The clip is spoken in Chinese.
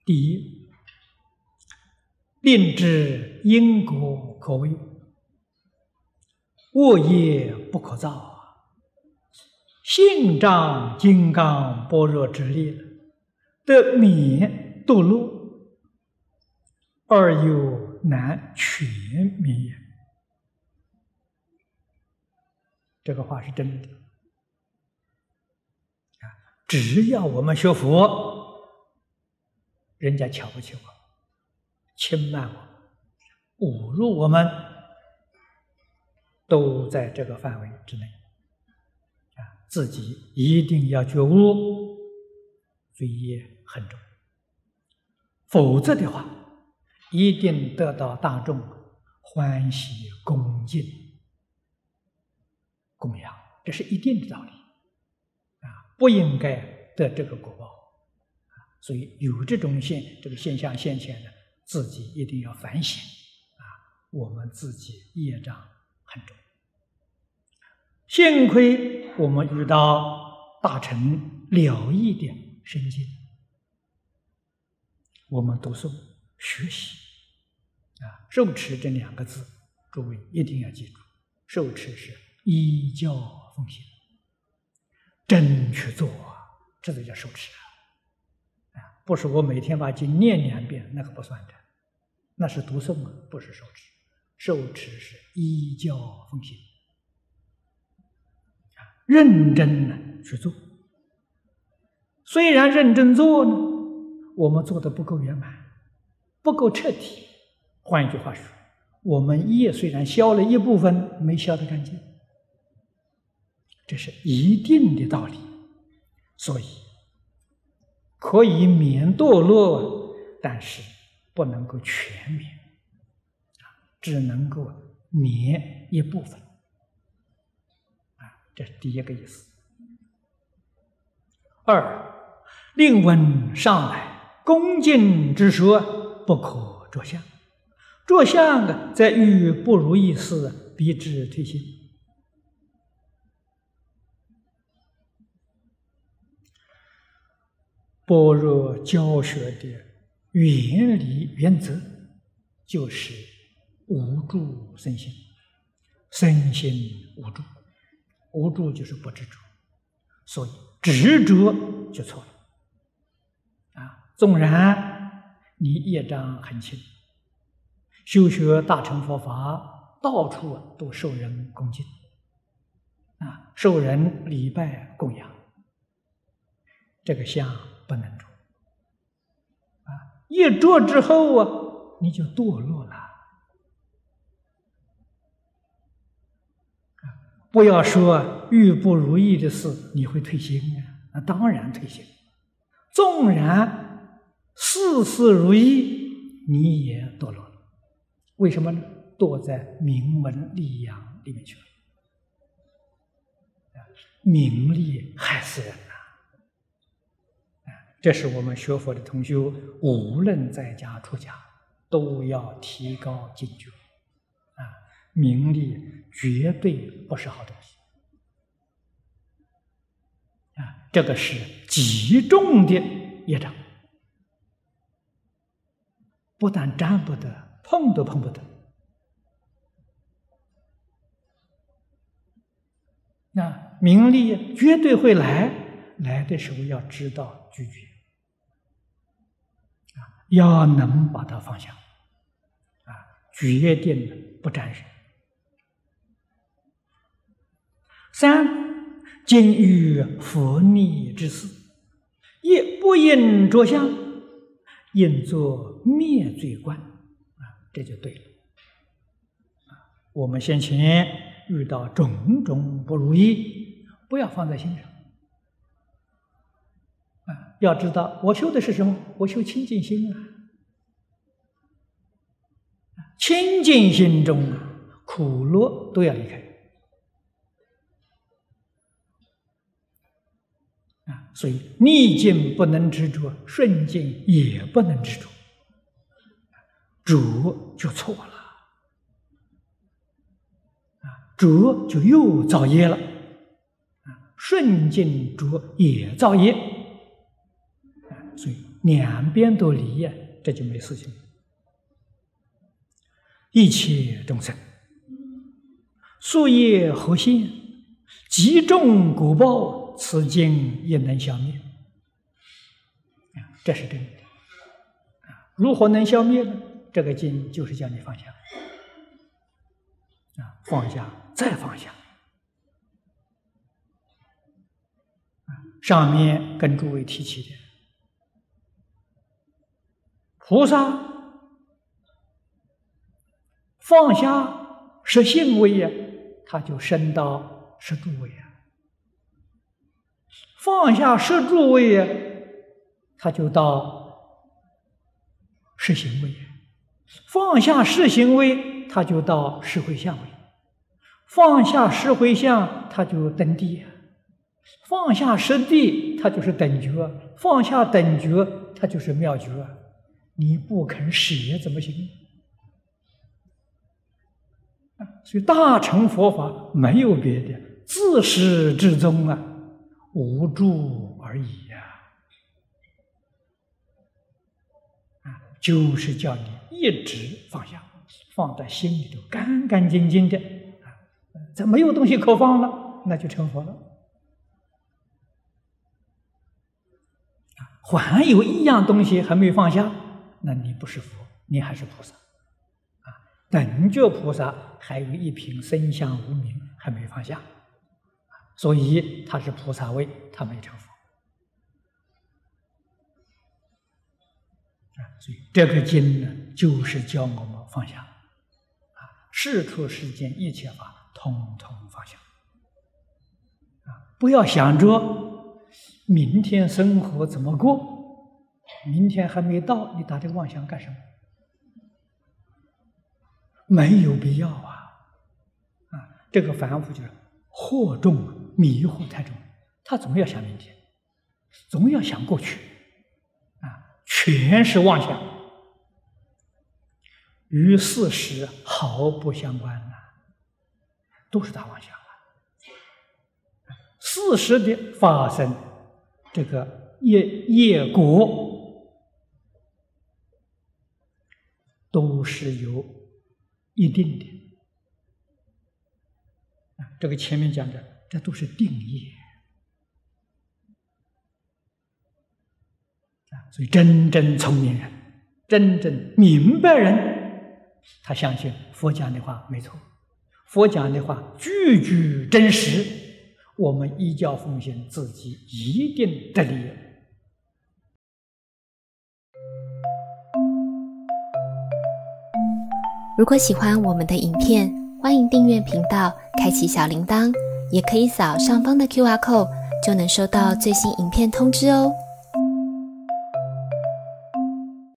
第一，令知因果可畏，恶业不可造，性障金刚般若之力，得免堕落，而又难全免也。这个话是真的。只要我们学佛，人家瞧不起我，轻慢我，侮辱我们，都在这个范围之内。自己一定要觉悟，罪业很重，否则的话，一定得到大众欢喜恭敬供养，这是一定的道理。不应该得这个果报，所以有这种现象现前的，自己一定要反省我们自己业障很重。幸亏我们遇到大乘了义的圣经，我们读诵学习受持这2个字，诸位一定要记住，受持是依教奉行，真去做这就叫受持不是我每天把经念2遍，那个不算的，那是读诵不是受持。受持是依教奉行，认真去做。虽然认真做呢，我们做的不够圆满，不够彻底。换一句话说，我们业虽然消了一部分，没消得干净，这是一定的道理。所以可以免堕落，但是不能够全免，只能够免一部分这是第一个意思。2，令闻上来恭敬之说，不可着相。着相在遇不如意事，必致退心。般若教学的原理原则就是无住生心，生心无住，无住就是不执着，所以执着就错了纵然你业障很轻，修学大乘佛法，到处都受人恭敬受人礼拜供养，这个相不能着一着之后你就堕落了。不要说遇不如意的事你会退心那当然退心。纵然事事如意，你也堕落了。为什么呢？堕在名闻利养里面去了。名利害死人这是我们学佛的同修，无论在家出家，都要提高警觉名利绝对不是好东西这个是极重的业障，不但沾不得，碰都碰不得。那名利绝对会来的时候要知道拒绝要能把它放下决定不沾染。3，今遇佛逆之事，亦不应着相，应作灭罪观这就对了我们先前遇到种种不如意，不要放在心上要知道我修的是什么？我修清净心清净心中苦乐都要离开所以逆境不能执着，顺境也不能执着，着就错了着就又造业了顺境着也造业所以两边都离呀，这就没事情。一切众生夙业何限，极重果报，此经也能消灭。这是真的。如何能消灭呢？这个经就是叫你放下，放下再放下。上面跟诸位提起的，菩萨放下十信位呀，他就升到十住位呀；放下十住位呀，他就到十行位；放下十行位，他就到十回向位；放下十回向，他就登地呀；放下十地，他就是等觉；放下等觉，他就是妙觉。你不肯舍怎么行？所以大乘佛法没有别的，自始至终无住而已呀。就是叫你一直放下，放在心里头干干净净的这没有东西可放了，那就成佛了。还有一样东西还没放下，那你不是佛，你还是菩萨。等觉菩萨还有一品身相无明还没放下，所以他是菩萨位，他没成佛。所以这个经呢，就是教我们放下世出世间一切法统统放下不要想着明天生活怎么过，明天还没到，你打这个妄想干什么？没有必要这个凡夫就是惑众，迷惑太重，他总要想明天，总要想过去全是妄想，与事实毫不相关都是大妄想事实的发生，这个业果都是有一定的这个前面讲的，这都是定业所以真正聪明人，真正明白人，他相信佛讲的话没错，佛讲的话句句真实，我们依教奉行，自己一定得利。 如果喜欢我们的影片，欢迎订阅频道，开启小铃铛，也可以扫上方的 QR code，就能收到最新影片通知哦。